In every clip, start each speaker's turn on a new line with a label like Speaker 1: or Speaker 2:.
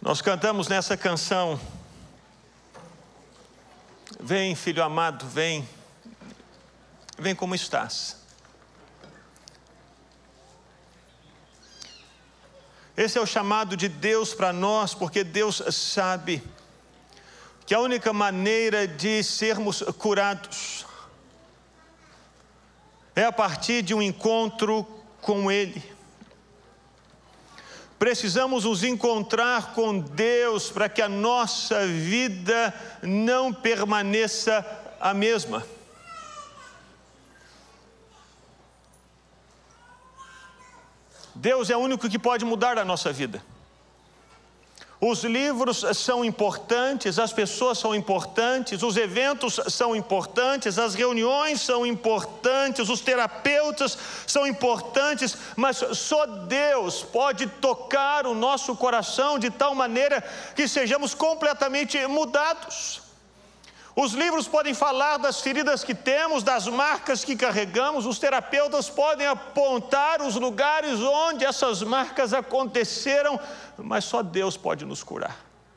Speaker 1: Nós cantamos nessa canção: vem, filho amado, vem, vem como estás. Esse é o chamado de Deus para nós, porque Deus sabe que a única maneira de sermos curados é a partir de um encontro com Ele. Precisamos nos encontrar com Deus para que a nossa vida não permaneça a mesma. Deus é o único que pode mudar a nossa vida. Os livros são importantes, as pessoas são importantes, os eventos são importantes, as reuniões são importantes, os terapeutas são importantes, mas só Deus pode tocar o nosso coração de tal maneira que sejamos completamente mudados. Os livros podem falar das feridas que temos, das marcas que carregamos, os terapeutas podem apontar os lugares onde essas marcas aconteceram, mas só Deus pode nos curar.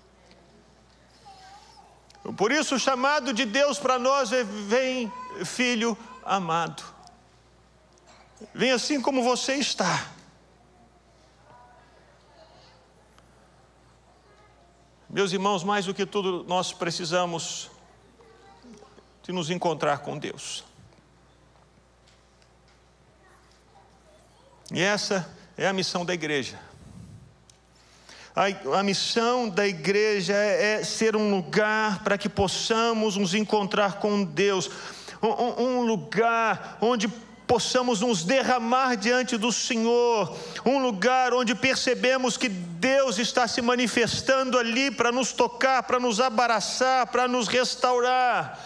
Speaker 1: Por isso o chamado de Deus para nós é: vem, filho amado, vem assim como você está. Meus irmãos, mais do que tudo, nós precisamos de nos encontrar com Deus. E essa é a missão da igreja. A missão da igreja é ser um lugar para que possamos nos encontrar com Deus. Um lugar onde possamos nos derramar diante do Senhor. Um lugar onde percebemos que Deus está se manifestando ali para nos tocar, para nos abraçar, para nos restaurar.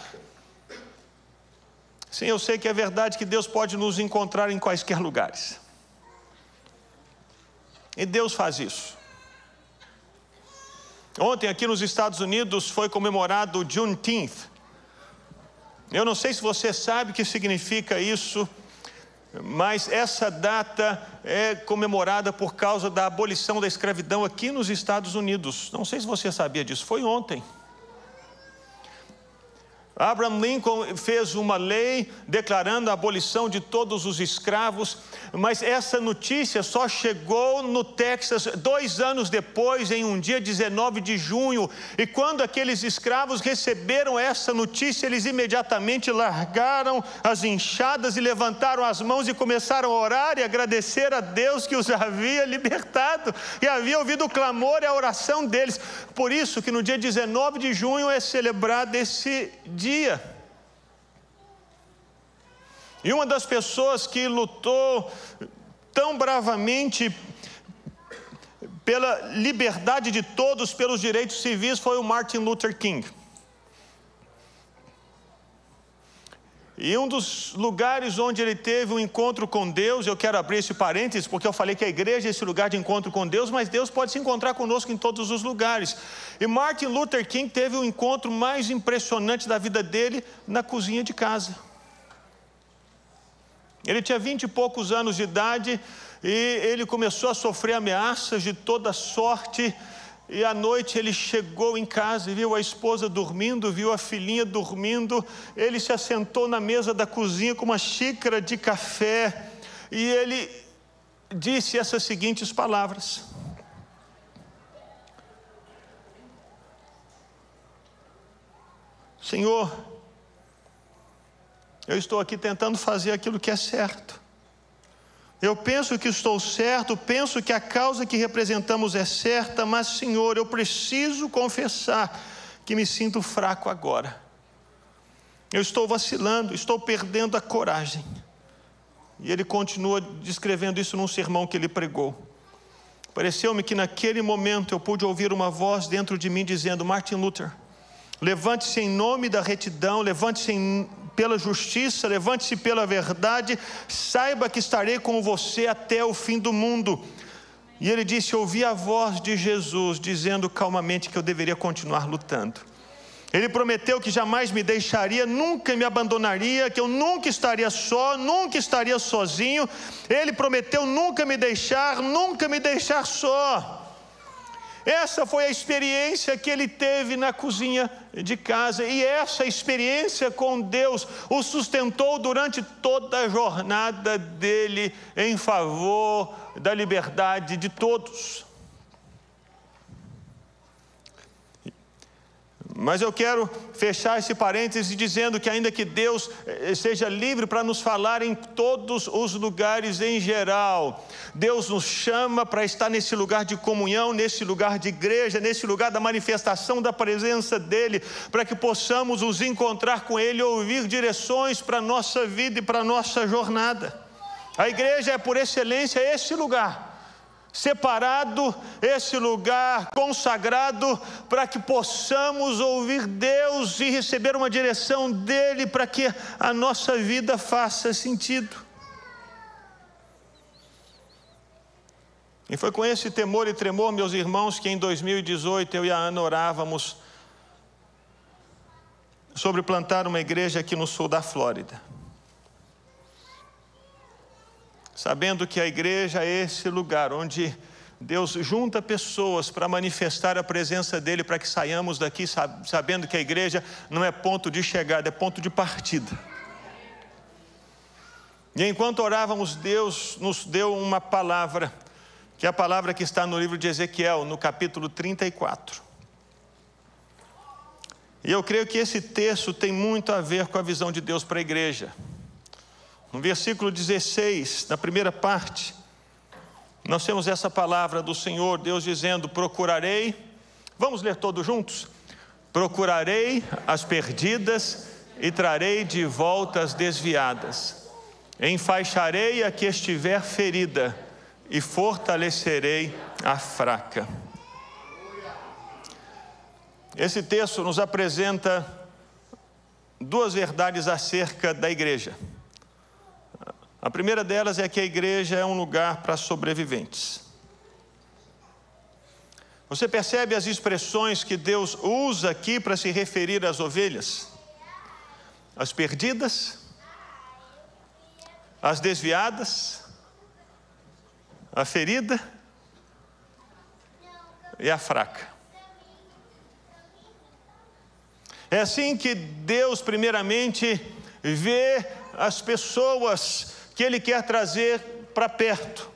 Speaker 1: Sim, eu sei que é verdade que Deus pode nos encontrar em quaisquer lugares. E Deus faz isso. Ontem aqui nos Estados Unidos foi comemorado o Juneteenth. Eu não sei se você sabe o que significa isso, mas essa data é comemorada por causa da abolição da escravidão aqui nos Estados Unidos. Não sei se você sabia disso, foi ontem. Abraham Lincoln fez uma lei declarando a abolição de todos os escravos, mas essa notícia só chegou no Texas 2 anos depois, em um dia 19 de junho, e quando aqueles escravos receberam essa notícia, eles imediatamente largaram as enxadas e levantaram as mãos e começaram a orar e agradecer a Deus que os havia libertado e havia ouvido o clamor e a oração deles. Por isso que no dia 19 de junho é celebrado esse dia. E uma das pessoas que lutou tão bravamente pela liberdade de todos, pelos direitos civis, foi o Martin Luther King. E um dos lugares onde ele teve um encontro com Deus, eu quero abrir esse parênteses, porque eu falei que a igreja é esse lugar de encontro com Deus, mas Deus pode se encontrar conosco em todos os lugares. E Martin Luther King teve o encontro mais impressionante da vida dele na cozinha de casa. Ele tinha 20 e poucos anos de idade e ele começou a sofrer ameaças de toda sorte. E à noite ele chegou em casa e viu a esposa dormindo, viu a filhinha dormindo. Ele se assentou na mesa da cozinha com uma xícara de café e ele disse essas seguintes palavras: Senhor, eu estou aqui tentando fazer aquilo que é certo. Eu penso que estou certo, penso que a causa que representamos é certa, mas, Senhor, eu preciso confessar que me sinto fraco agora. Eu estou vacilando, estou perdendo a coragem. E ele continua descrevendo isso num sermão que ele pregou. Pareceu-me que naquele momento eu pude ouvir uma voz dentro de mim dizendo: Martin Luther, levante-se em nome da retidão, levante-se pela justiça, levante-se pela verdade, saiba que estarei com você até o fim do mundo. E ele disse: ouvi a voz de Jesus dizendo calmamente que eu deveria continuar lutando. Ele prometeu que jamais me deixaria, nunca me abandonaria, que eu nunca estaria só, nunca estaria sozinho. Ele prometeu nunca me deixar só. Essa foi a experiência que ele teve na cozinha de casa. E essa experiência com Deus o sustentou durante toda a jornada dele em favor da liberdade de todos. Mas eu quero fechar esse parêntese dizendo que ainda que Deus seja livre para nos falar em todos os lugares em geral, Deus nos chama para estar nesse lugar de comunhão, nesse lugar de igreja, nesse lugar da manifestação da presença dEle, para que possamos nos encontrar com Ele e ouvir direções para a nossa vida e para a nossa jornada. A igreja é por excelência esse lugar separado, esse lugar consagrado, para que possamos ouvir Deus e receber uma direção dEle, para que a nossa vida faça sentido. E foi com esse temor e tremor, meus irmãos, que em 2018 eu e a Ana orávamos sobre plantar uma igreja aqui no sul da Flórida, sabendo que a igreja é esse lugar onde Deus junta pessoas para manifestar a presença dEle, para que saiamos daqui sabendo que a igreja não é ponto de chegada, é ponto de partida. E enquanto orávamos, Deus nos deu uma palavra, que é a palavra que está no livro de Ezequiel, no capítulo 34. E eu creio que esse texto tem muito a ver com a visão de Deus para a igreja. No versículo 16, na primeira parte, nós temos essa palavra do Senhor, Deus dizendo: procurarei, vamos ler todos juntos? Procurarei as perdidas e trarei de volta as desviadas. Enfaixarei a que estiver ferida e fortalecerei a fraca. Esse texto nos apresenta duas verdades acerca da igreja. A primeira delas é que a igreja é um lugar para sobreviventes. Você percebe as expressões que Deus usa aqui para se referir às ovelhas? As perdidas, as desviadas, a ferida e a fraca. É assim que Deus primeiramente vê as pessoas que Ele quer trazer para perto: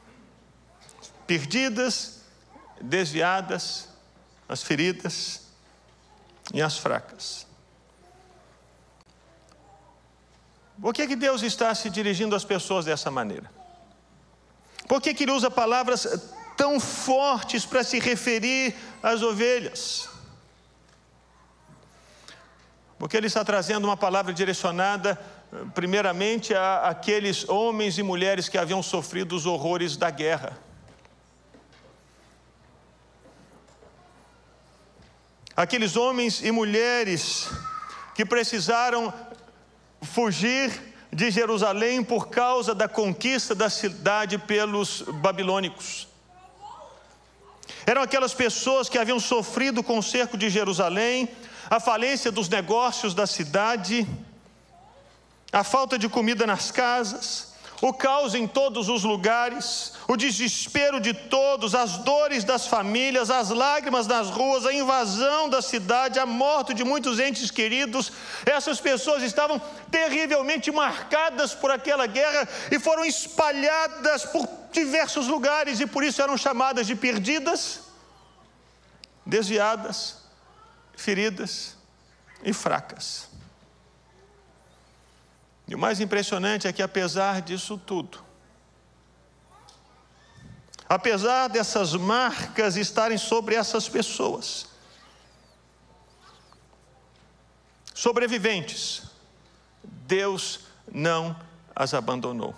Speaker 1: perdidas, desviadas, as feridas e as fracas. Por que Deus está se dirigindo às pessoas dessa maneira? Por que Ele usa palavras tão fortes para se referir às ovelhas? Porque Ele está trazendo uma palavra direcionada primeiramente àqueles homens e mulheres que haviam sofrido os horrores da guerra. Aqueles homens e mulheres que precisaram fugir de Jerusalém por causa da conquista da cidade pelos babilônicos. Eram aquelas pessoas que haviam sofrido com o cerco de Jerusalém, a falência dos negócios da cidade, a falta de comida nas casas, o caos em todos os lugares, o desespero de todos, as dores das famílias, as lágrimas nas ruas, a invasão da cidade, a morte de muitos entes queridos. Essas pessoas estavam terrivelmente marcadas por aquela guerra e foram espalhadas por diversos lugares, e por isso eram chamadas de perdidas, desviadas, feridas e fracas. E o mais impressionante é que, apesar disso tudo, apesar dessas marcas estarem sobre essas pessoas, sobreviventes, Deus não as abandonou.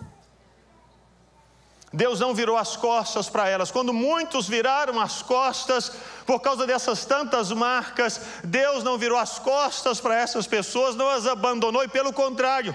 Speaker 1: Deus não virou as costas para elas. Quando muitos viraram as costas por causa dessas tantas marcas, Deus não virou as costas para essas pessoas, não as abandonou, e pelo contrário,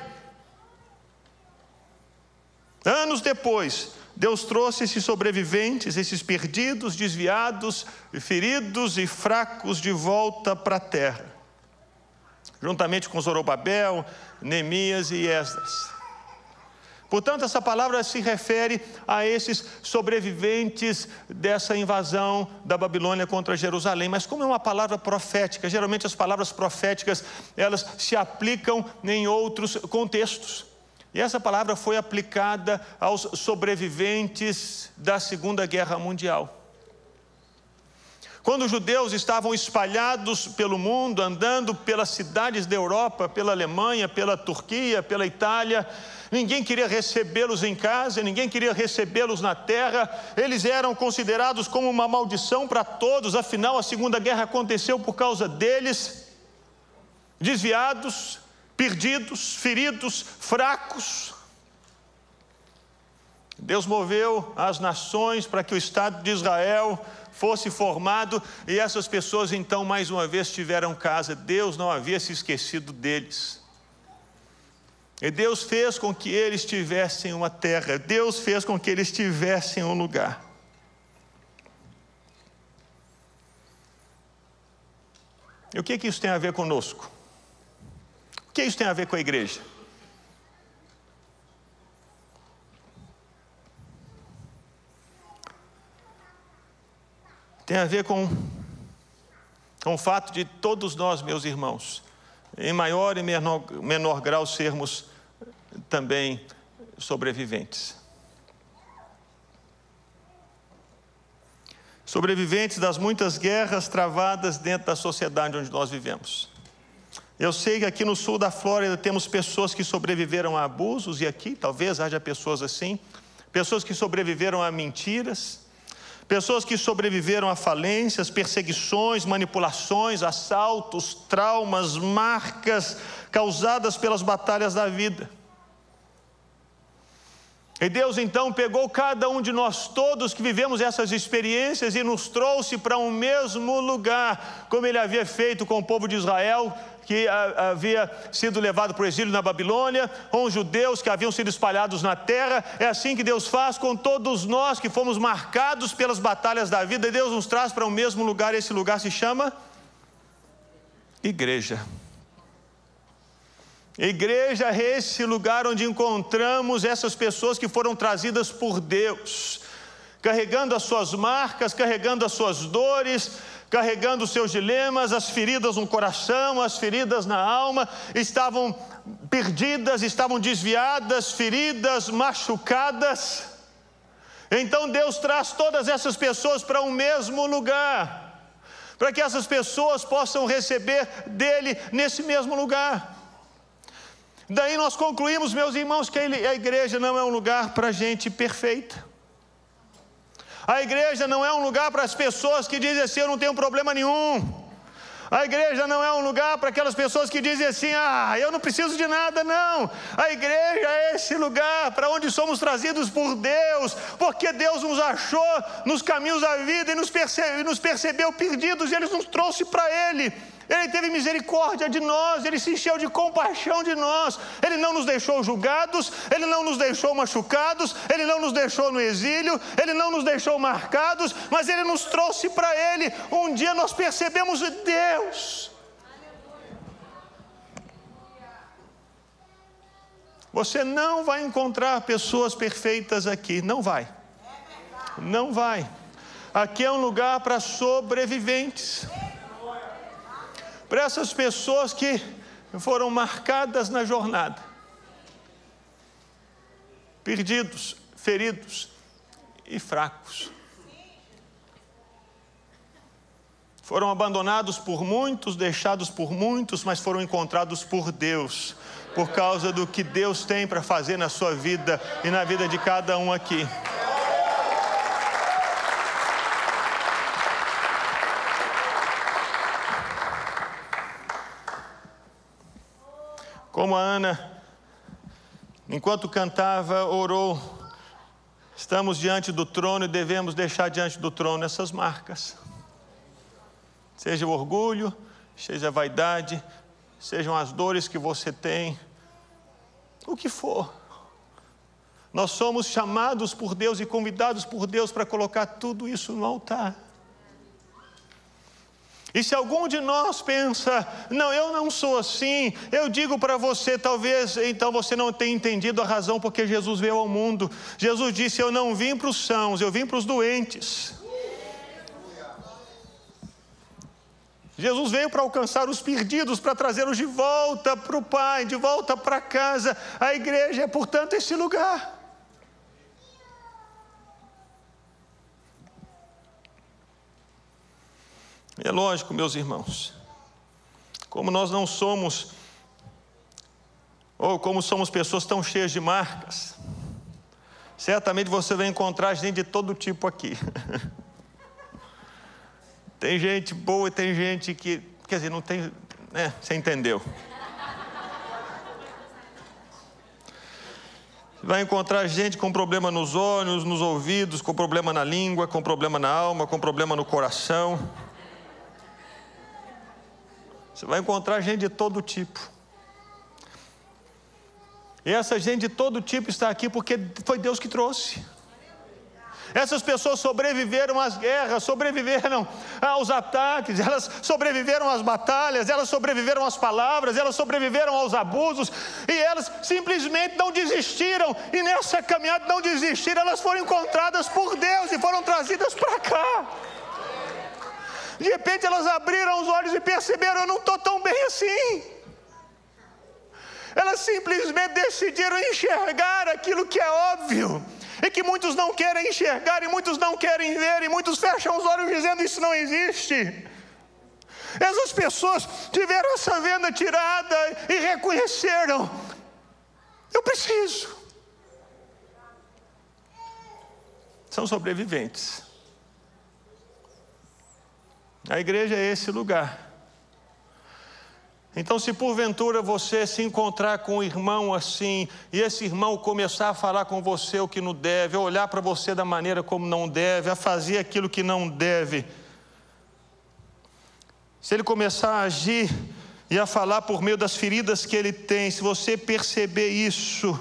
Speaker 1: anos depois, Deus trouxe esses sobreviventes, esses perdidos, desviados, feridos e fracos de volta para a terra, juntamente com Zorobabel, Neemias e Esdras. Portanto, essa palavra se refere a esses sobreviventes dessa invasão da Babilônia contra Jerusalém. Mas como é uma palavra profética, geralmente as palavras proféticas, elas se aplicam em outros contextos. E essa palavra foi aplicada aos sobreviventes da Segunda Guerra Mundial. Quando os judeus estavam espalhados pelo mundo, andando pelas cidades da Europa, pela Alemanha, pela Turquia, pela Itália, ninguém queria recebê-los em casa, ninguém queria recebê-los na terra. Eles eram considerados como uma maldição para todos, afinal a Segunda Guerra aconteceu por causa deles. Desviados, perdidos, feridos, fracos. Deus moveu as nações para que o Estado de Israel fosse formado, e essas pessoas então mais uma vez tiveram casa. Deus não havia se esquecido deles. E Deus fez com que eles tivessem uma terra, Deus fez com que eles tivessem um lugar. E o que isso tem a ver conosco? O que isso tem a ver com a igreja? Tem a ver com o fato de todos nós, meus irmãos, em maior e menor grau, sermos também sobreviventes. Sobreviventes das muitas guerras travadas dentro da sociedade onde nós vivemos. Eu sei que aqui no sul da Flórida temos pessoas que sobreviveram a abusos, e aqui talvez haja pessoas assim, pessoas que sobreviveram a mentiras, pessoas que sobreviveram a falências, perseguições, manipulações, assaltos, traumas, marcas causadas pelas batalhas da vida. E Deus então pegou cada um de nós todos que vivemos essas experiências e nos trouxe para um mesmo lugar, como Ele havia feito com o povo de Israel, que havia sido levado para o exílio na Babilônia, com os judeus que haviam sido espalhados na terra. É assim que Deus faz com todos nós que fomos marcados pelas batalhas da vida, e Deus nos traz para o mesmo lugar. Esse lugar se chama igreja. Igreja é esse lugar onde encontramos essas pessoas que foram trazidas por Deus, carregando as suas marcas, carregando as suas dores, carregando os seus dilemas, as feridas no coração, as feridas na alma. Estavam perdidas, estavam desviadas, feridas, machucadas. Então Deus traz todas essas pessoas para um mesmo lugar, para que essas pessoas possam receber dele nesse mesmo lugar. Daí nós concluímos, meus irmãos, que a igreja não é um lugar para gente perfeita. A igreja não é um lugar para as pessoas que dizem assim: eu não tenho problema nenhum. A igreja não é um lugar para aquelas pessoas que dizem assim: eu não preciso de nada, não. A igreja é esse lugar para onde somos trazidos por Deus, porque Deus nos achou nos caminhos da vida e nos percebeu perdidos, e Ele nos trouxe para Ele. Ele teve misericórdia de nós, Ele se encheu de compaixão de nós. Ele não nos deixou julgados, Ele não nos deixou machucados, Ele não nos deixou no exílio, Ele não nos deixou marcados, mas Ele nos trouxe para Ele. Um dia nós percebemos Deus. Você não vai encontrar pessoas perfeitas aqui, não vai. Não vai. Aqui é um lugar para sobreviventes, para essas pessoas que foram marcadas na jornada, perdidos, feridos e fracos. Foram abandonados por muitos, deixados por muitos, mas foram encontrados por Deus, por causa do que Deus tem para fazer na sua vida e na vida de cada um aqui. Como a Ana, enquanto cantava, orou: estamos diante do trono e devemos deixar diante do trono essas marcas. Seja o orgulho, seja a vaidade, sejam as dores que você tem, o que for. Nós somos chamados por Deus e convidados por Deus para colocar tudo isso no altar. E se algum de nós pensa, não, eu não sou assim, eu digo para você, talvez então você não tenha entendido a razão porque Jesus veio ao mundo. Jesus disse, eu não vim para os sãos, eu vim para os doentes. Jesus veio para alcançar os perdidos, para trazê-los de volta para o Pai, de volta para casa. A igreja é, portanto, esse lugar. É lógico, meus irmãos, como nós não somos, ou como somos pessoas tão cheias de marcas, certamente você vai encontrar gente de todo tipo aqui. Tem gente boa e tem gente que, quer dizer, não tem, né? Você entendeu. Você vai encontrar gente com problema nos olhos, nos ouvidos, com problema na língua, com problema na alma, com problema no coração. Você vai encontrar gente de todo tipo. E essa gente de todo tipo está aqui porque foi Deus que trouxe. Essas pessoas sobreviveram às guerras, sobreviveram aos ataques, elas sobreviveram às batalhas, elas sobreviveram às palavras, elas sobreviveram aos abusos, e elas simplesmente não desistiram, e nessa caminhada não desistiram, elas foram encontradas por Deus e foram trazidas para cá. De repente elas abriram os olhos e perceberam, eu não estou tão bem assim. Elas simplesmente decidiram enxergar aquilo que é óbvio, e que muitos não querem enxergar, e muitos não querem ver, e muitos fecham os olhos dizendo, isso não existe. Essas pessoas tiveram essa venda tirada e reconheceram, eu preciso. São sobreviventes. A igreja é esse lugar. Então, se porventura você se encontrar com um irmão assim, e esse irmão começar a falar com você o que não deve, a olhar para você da maneira como não deve, a fazer aquilo que não deve, se ele começar a agir e a falar por meio das feridas que ele tem, se você perceber isso,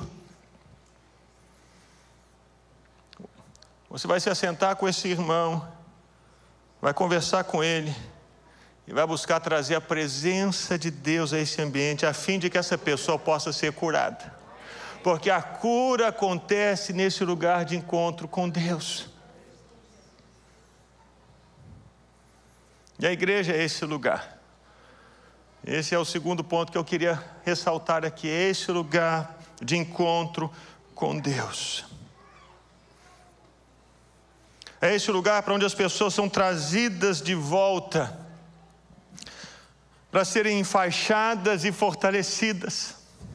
Speaker 1: você vai se assentar com esse irmão, vai conversar com ele, e vai buscar trazer a presença de Deus a esse ambiente, a fim de que essa pessoa possa ser curada. Porque a cura acontece nesse lugar de encontro com Deus. E a igreja é esse lugar. Esse é o segundo ponto que eu queria ressaltar aqui. É esse lugar de encontro com Deus. É esse lugar para onde as pessoas são trazidas de volta, para serem enfaixadas e fortalecidas,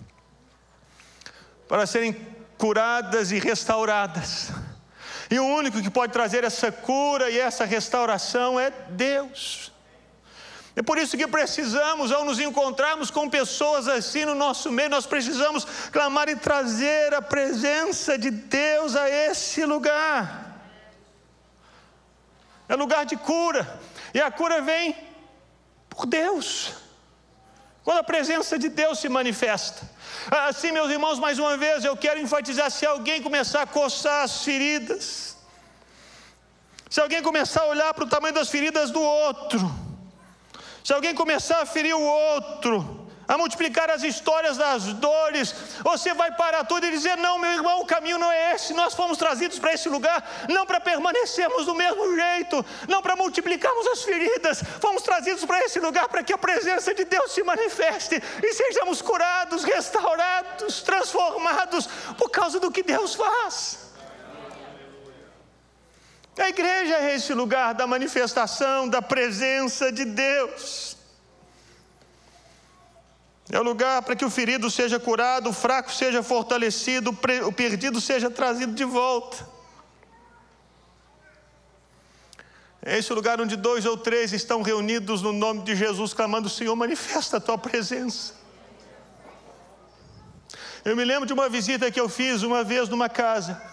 Speaker 1: para serem curadas e restauradas. E o único que pode trazer essa cura e essa restauração é Deus. É por isso que precisamos, ao nos encontrarmos com pessoas assim no nosso meio, nós precisamos clamar e trazer a presença de Deus a esse lugar. É lugar de cura, e a cura vem por Deus, quando a presença de Deus se manifesta. Assim, meus irmãos, mais uma vez eu quero enfatizar, se alguém começar a coçar as feridas, se alguém começar a olhar para o tamanho das feridas do outro, se alguém começar a ferir o outro, a multiplicar as histórias das dores, você vai parar tudo e dizer, não, meu irmão, o caminho não é esse. Nós fomos trazidos para esse lugar, não para permanecermos do mesmo jeito, não para multiplicarmos as feridas, fomos trazidos para esse lugar para que a presença de Deus se manifeste e sejamos curados, restaurados, transformados, por causa do que Deus faz. A igreja é esse lugar da manifestação da presença de Deus. É o lugar para que o ferido seja curado, o fraco seja fortalecido, o perdido seja trazido de volta. É esse o lugar onde 2 ou 3 estão reunidos no nome de Jesus, clamando, Senhor, manifesta a tua presença. Eu me lembro de uma visita que eu fiz uma vez numa casa.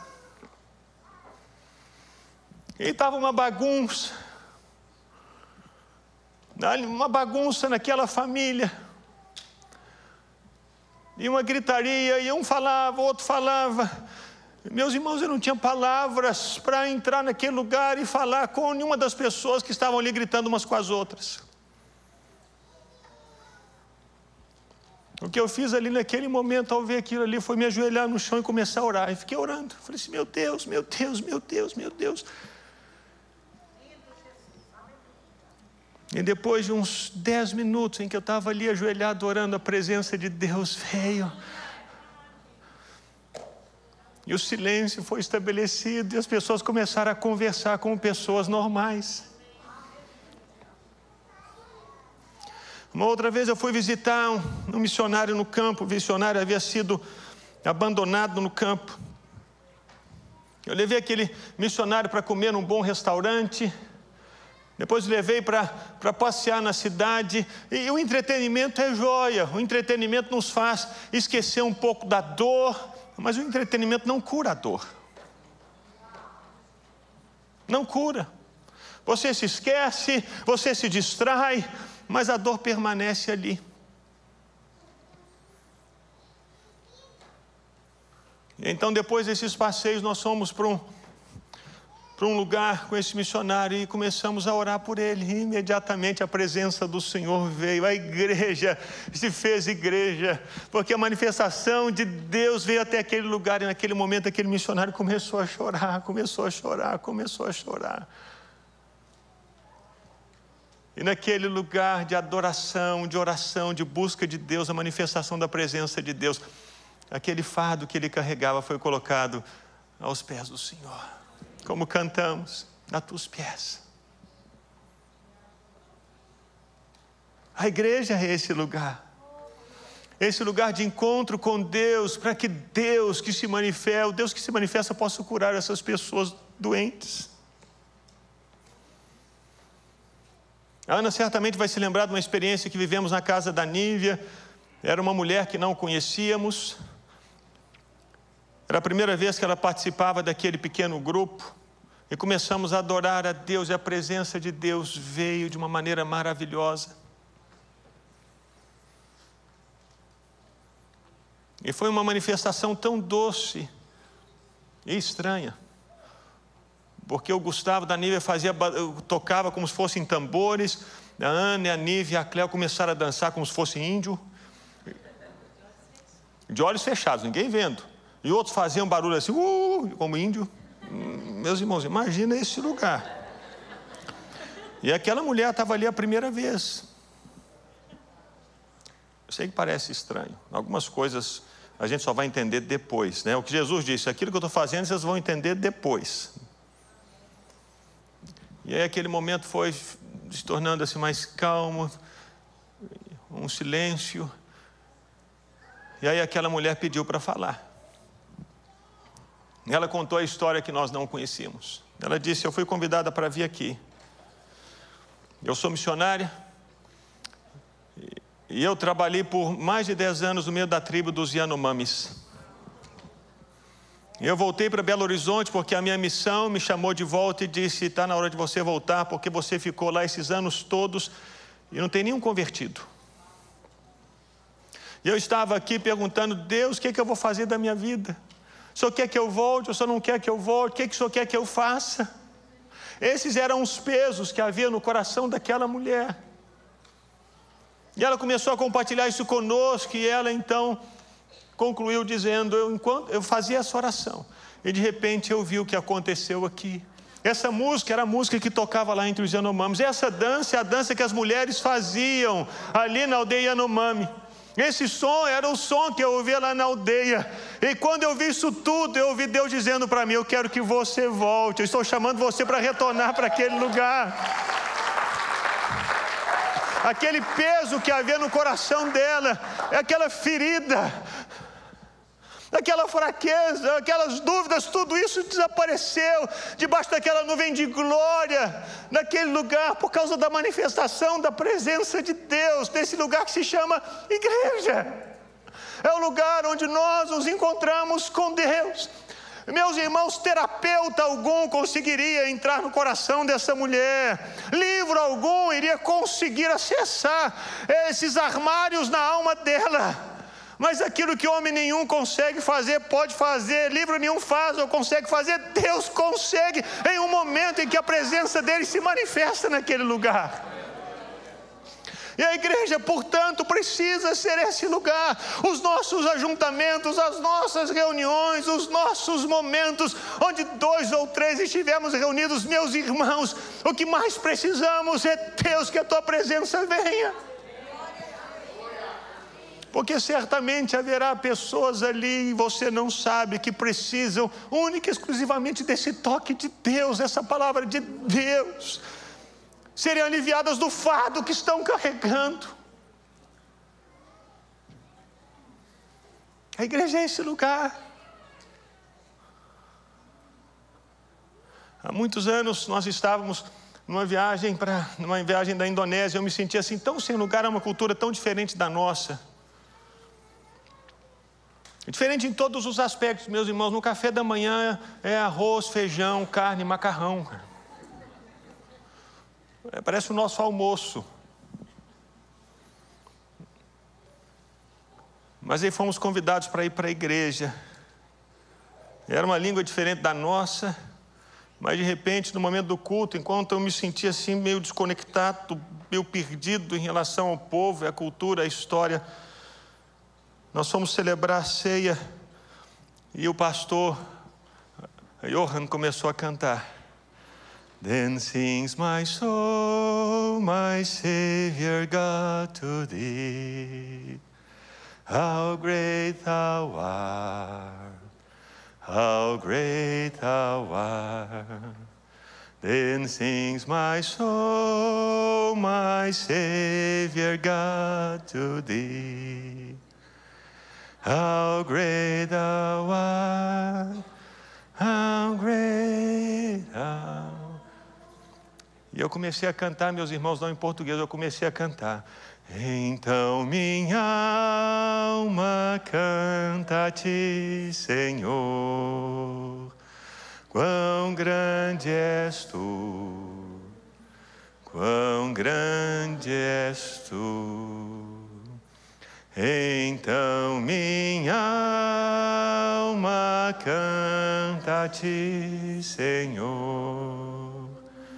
Speaker 1: E estava uma bagunça naquela família. E uma gritaria, e um falava, o outro falava. Meus irmãos, eu não tinha palavras para entrar naquele lugar e falar com nenhuma das pessoas que estavam ali gritando umas com as outras. O que eu fiz ali naquele momento, ao ver aquilo ali, foi me ajoelhar no chão e começar a orar. E fiquei orando. Falei assim, meu Deus, meu Deus, meu Deus, meu Deus. E depois de uns 10 minutos em que eu estava ali ajoelhado orando, a presença de Deus veio. E o silêncio foi estabelecido e as pessoas começaram a conversar como pessoas normais. Uma outra vez eu fui visitar um missionário no campo. O missionário havia sido abandonado no campo. Eu levei aquele missionário para comer num bom restaurante. Depois levei para passear na cidade. E o entretenimento é joia. O entretenimento nos faz esquecer um pouco da dor. Mas o entretenimento não cura a dor. Não cura. Você se esquece, você se distrai, mas a dor permanece ali. Então, depois desses passeios, nós fomos para um lugar com esse missionário e começamos a orar por ele. E imediatamente a presença do Senhor veio. A igreja se fez igreja, porque a manifestação de Deus veio até aquele lugar. E naquele momento aquele missionário começou a chorar, começou a chorar, começou a chorar. E naquele lugar de adoração, de oração, de busca de Deus, a manifestação da presença de Deus, aquele fardo que ele carregava foi colocado aos pés do Senhor. Como cantamos, a teus pés. A igreja é esse lugar de encontro com Deus, para que Deus que se manifesta, o Deus que se manifesta possa curar essas pessoas doentes. A Ana certamente vai se lembrar de uma experiência que vivemos na casa da Nívia. Era uma mulher que não conhecíamos. Era a primeira vez que ela participava daquele pequeno grupo. E começamos a adorar a Deus. E a presença de Deus veio de uma maneira maravilhosa. E foi uma manifestação tão doce e estranha. Porque o Gustavo da Nívia tocava como se fossem tambores. A Ana, a Nívia e a Cléo começaram a dançar como se fosse índio. De olhos fechados, ninguém vendo. E outros faziam barulho assim, como índio. Meus irmãos, imagina esse lugar. E aquela mulher estava ali a primeira vez. Eu sei que parece estranho. Algumas coisas a gente só vai entender depois, né? O que Jesus disse, aquilo que eu estou fazendo vocês vão entender depois. E aí aquele momento foi se tornando assim mais calmo, um silêncio. E aí aquela mulher pediu para falar. Ela contou a história que nós não conhecíamos. Ela disse, eu fui convidada para vir aqui. Eu sou missionária. E eu trabalhei por mais de 10 anos no meio da tribo dos Yanomamis. Eu voltei para Belo Horizonte porque a minha missão me chamou de volta e disse, está na hora de você voltar, porque você ficou lá esses anos todos e não tem nenhum convertido. E eu estava aqui perguntando, Deus, o que é que eu vou fazer da minha vida? O Senhor quer que eu volte, o Senhor não quer que eu volte, o que é que o Senhor quer que eu faça? Esses eram os pesos que havia no coração daquela mulher. E ela começou a compartilhar isso conosco e ela então concluiu dizendo, enquanto eu fazia essa oração, e de repente eu vi o que aconteceu aqui. Essa música era a música que tocava lá entre os Yanomamis. Essa dança é a dança que as mulheres faziam ali na aldeia Yanomami. Esse som era o som que eu ouvia lá na aldeia. E quando eu vi isso tudo, eu ouvi Deus dizendo para mim, eu quero que você volte. Eu estou chamando você para retornar para aquele lugar. Aquele peso que havia no coração dela, aquela ferida, aquela fraqueza, aquelas dúvidas, tudo isso desapareceu debaixo daquela nuvem de glória, naquele lugar, por causa da manifestação da presença de Deus, nesse lugar que se chama igreja. É o lugar onde nós nos encontramos com Deus. Meus irmãos, terapeuta algum conseguiria entrar no coração dessa mulher, livro algum iria conseguir acessar esses armários na alma dela. Mas aquilo que homem nenhum consegue fazer, pode fazer, livro nenhum faz ou consegue fazer, Deus consegue, em um momento em que a presença dele se manifesta naquele lugar. E a igreja, portanto, precisa ser esse lugar. Os nossos ajuntamentos, as nossas reuniões, os nossos momentos, onde 2 ou 3 estivermos reunidos, meus irmãos, o que mais precisamos é, Deus, que a tua presença venha. Porque certamente haverá pessoas ali, e você não sabe, que precisam única e exclusivamente desse toque de Deus, dessa palavra de Deus, serem aliviadas do fardo que estão carregando. A igreja é esse lugar. Há muitos anos nós estávamos numa viagem da Indonésia. Eu me sentia assim, tão sem lugar, a uma cultura tão diferente da nossa. Diferente em todos os aspectos, meus irmãos. No café da manhã é arroz, feijão, carne, macarrão. Parece o nosso almoço. Mas aí fomos convidados para ir para a igreja. Era uma língua diferente da nossa. Mas de repente, no momento do culto, enquanto eu me sentia assim meio desconectado, meio perdido em relação ao povo, à cultura, à história, nós fomos celebrar a ceia e o pastor Johan começou a cantar. Then sings my soul, my Savior God, to thee. How great thou art, how great thou art. Then sings my soul, my Savior God, to thee. How great thou art, how great thou. E eu comecei a cantar, meus irmãos, não em português, eu comecei a cantar. Então minha alma canta a ti, Senhor, quão grande és tu, quão grande és tu. Então minha alma canta a ti, Senhor,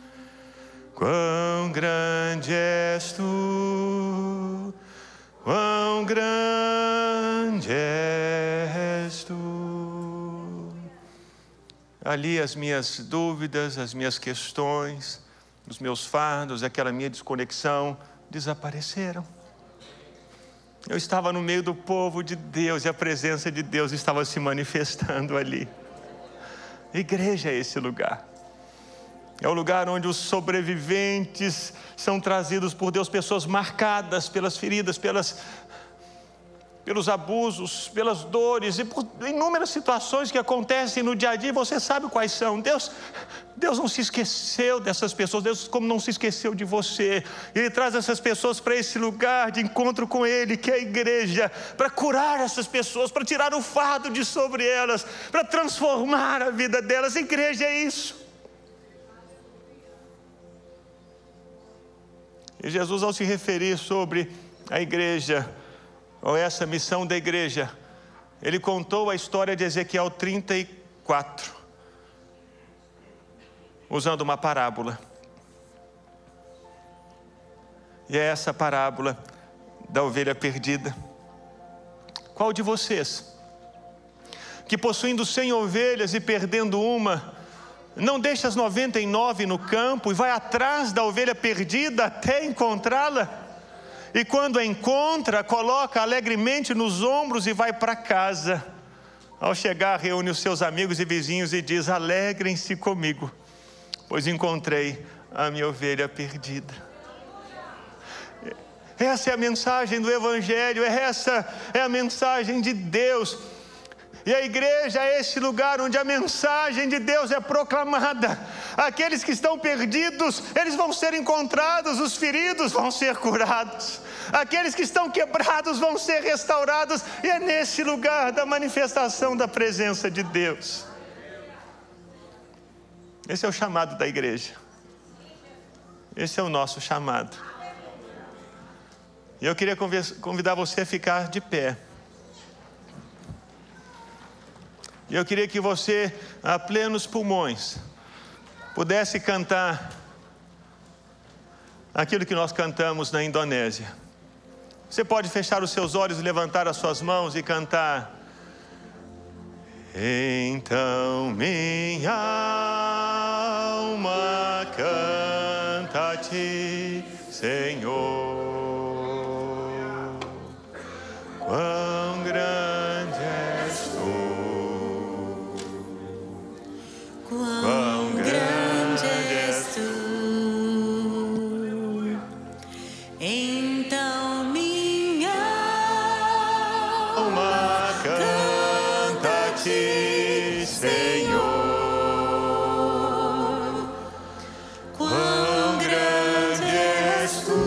Speaker 1: quão grande és tu, quão grande és tu. Ali as minhas dúvidas, as minhas questões, os meus fardos, aquela minha desconexão desapareceram. Eu estava no meio do povo de Deus e a presença de Deus estava se manifestando ali. Igreja é esse lugar. É o lugar onde os sobreviventes são trazidos por Deus, pessoas marcadas pelas feridas, pelos abusos, pelas dores e por inúmeras situações que acontecem no dia a dia. Você sabe quais são. Deus não se esqueceu dessas pessoas. Deus, como não se esqueceu de você, Ele traz essas pessoas para esse lugar de encontro com Ele, que é a igreja, para curar essas pessoas, para tirar o fardo de sobre elas, para transformar a vida delas. A igreja é isso. E Jesus, ao se referir sobre a igreja, ou essa missão da igreja, Ele contou a história de Ezequiel 34, usando uma parábola. E é essa parábola da ovelha perdida. Qual de vocês, que possuindo 100 ovelhas e perdendo uma, não deixa as 99 no campo e vai atrás da ovelha perdida até encontrá-la? E quando a encontra, coloca alegremente nos ombros e vai para casa. Ao chegar, reúne os seus amigos e vizinhos e diz: alegrem-se comigo, pois encontrei a minha ovelha perdida. Essa é a mensagem do Evangelho, essa é a mensagem de Deus. E a igreja é esse lugar onde a mensagem de Deus é proclamada. Aqueles que estão perdidos, eles vão ser encontrados, os feridos vão ser curados, aqueles que estão quebrados vão ser restaurados. E é nesse lugar da manifestação da presença de Deus. Esse é o chamado da igreja. Esse é o nosso chamado. E eu queria convidar você a ficar de pé. E eu queria que você, a plenos pulmões, pudesse cantar aquilo que nós cantamos na Indonésia. Você pode fechar os seus olhos e levantar as suas mãos e cantar: então minha alma canta a ti, Senhor. Quão grande és tu,
Speaker 2: quão grande és tu. Então minha
Speaker 1: alma canta a ti, Senhor. Quão grande és tu.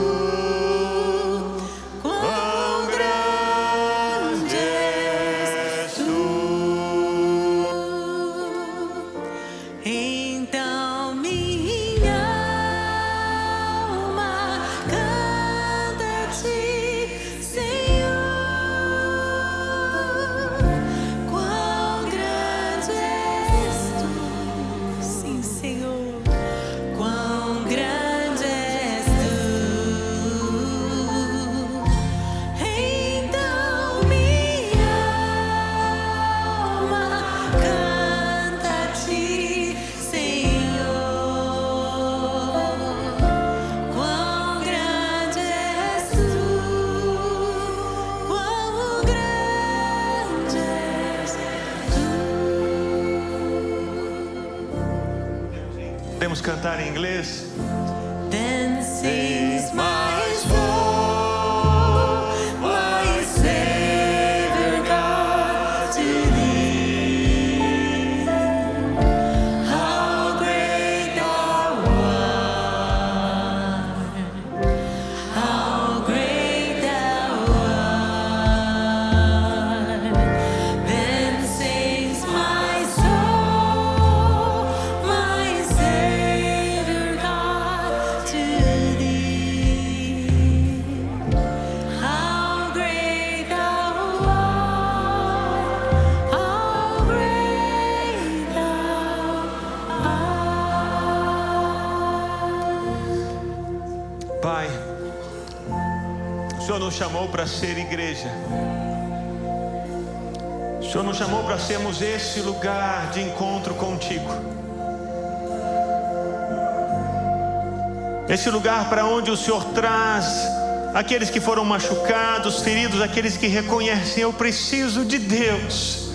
Speaker 1: Podemos cantar em inglês?
Speaker 2: Then sings my soul, my Savior God, to thee. How great thou art, how great thou art. Then sings my soul, my Savior God, to thee. How great thou art, how great thou art.
Speaker 1: Pai, o Senhor nos chamou para ser igreja. O Senhor nos chamou para sermos esse lugar de encontro contigo. Esse lugar para onde o Senhor traz aqueles que foram machucados, feridos, aqueles que reconhecem: eu preciso de Deus.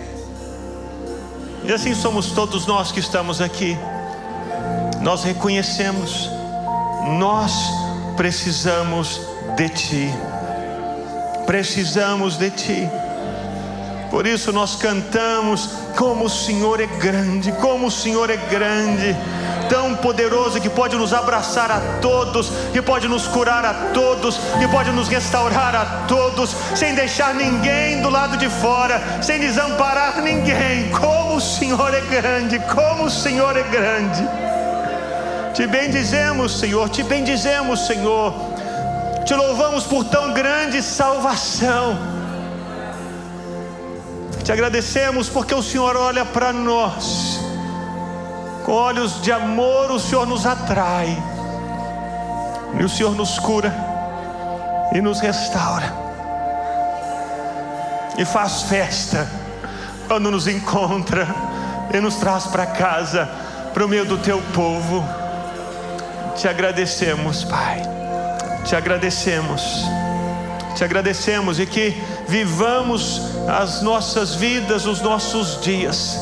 Speaker 1: E assim somos todos nós que estamos aqui. Nós reconhecemos, nós precisamos de Ti. Precisamos de Ti. Por isso nós cantamos: como o Senhor é grande, como o Senhor é grande. Tão poderoso que pode nos abraçar a todos, que pode nos curar a todos, que pode nos restaurar a todos, sem deixar ninguém do lado de fora, sem desamparar ninguém. Como o Senhor é grande, como o Senhor é grande. Te bendizemos, Senhor, te bendizemos, Senhor. Te louvamos por tão grande salvação. Te agradecemos porque o Senhor olha para nós com olhos de amor. O Senhor nos atrai e o Senhor nos cura e nos restaura e faz festa quando nos encontra e nos traz para casa, para o meio do Teu povo. Te agradecemos, Pai, te agradecemos, te agradecemos, e que vivamos as nossas vidas, os nossos dias,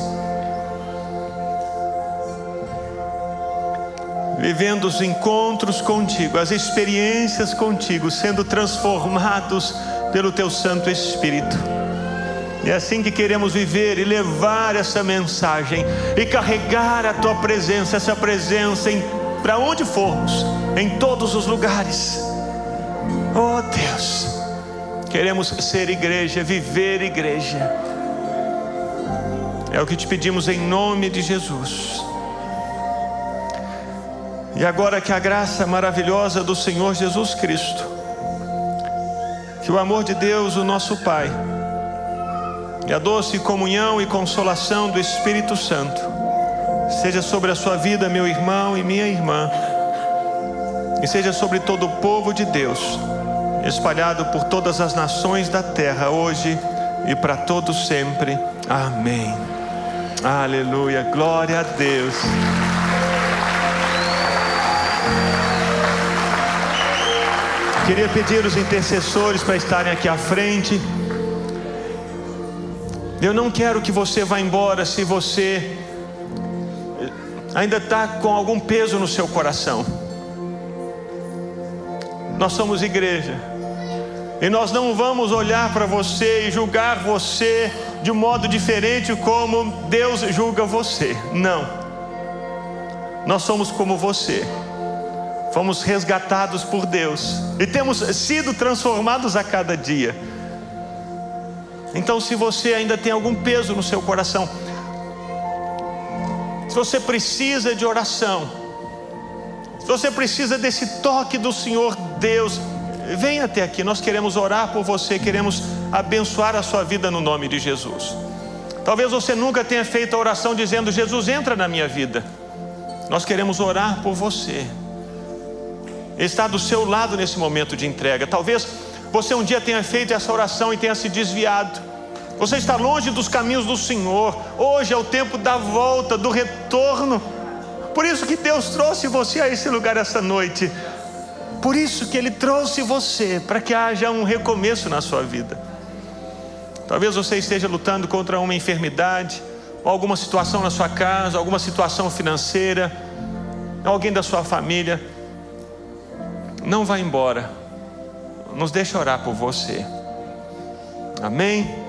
Speaker 1: vivendo os encontros contigo, as experiências contigo, sendo transformados pelo Teu Santo Espírito. É assim que queremos viver e levar essa mensagem e carregar a Tua presença, essa presença para onde formos, em todos os lugares. Oh Deus, queremos ser igreja, viver igreja. É o que te pedimos em nome de Jesus. E agora que a graça maravilhosa do Senhor Jesus Cristo, que o amor de Deus, o nosso Pai, e a doce comunhão e consolação do Espírito Santo seja sobre a sua vida, meu irmão e minha irmã, e seja sobre todo o povo de Deus, espalhado por todas as nações da terra, hoje e para todos sempre. Amém. Aleluia, glória a Deus. Queria pedir os intercessores para estarem aqui à frente. Eu não quero que você vá embora se você ainda está com algum peso no seu coração. Nós somos igreja, e nós não vamos olhar para você e julgar você de um modo diferente como Deus julga você. Não. Nós somos como você. Fomos resgatados por Deus e temos sido transformados a cada dia. Então, se você ainda tem algum peso no seu coração, se você precisa de oração, se você precisa desse toque do Senhor Deus, venha até aqui. Nós queremos orar por você, queremos abençoar a sua vida no nome de Jesus. Talvez você nunca tenha feito a oração dizendo: Jesus, entra na minha vida. Nós queremos orar por você. Ele está do seu lado nesse momento de entrega. Talvez você um dia tenha feito essa oração e tenha se desviado. Você está longe dos caminhos do Senhor. Hoje é o tempo da volta, do retorno. Por isso que Deus trouxe você a esse lugar essa noite. Por isso que Ele trouxe você, para que haja um recomeço na sua vida. Talvez você esteja lutando contra uma enfermidade, ou alguma situação na sua casa, alguma situação financeira, alguém da sua família. Não vá embora. Nos deixe orar por você. Amém?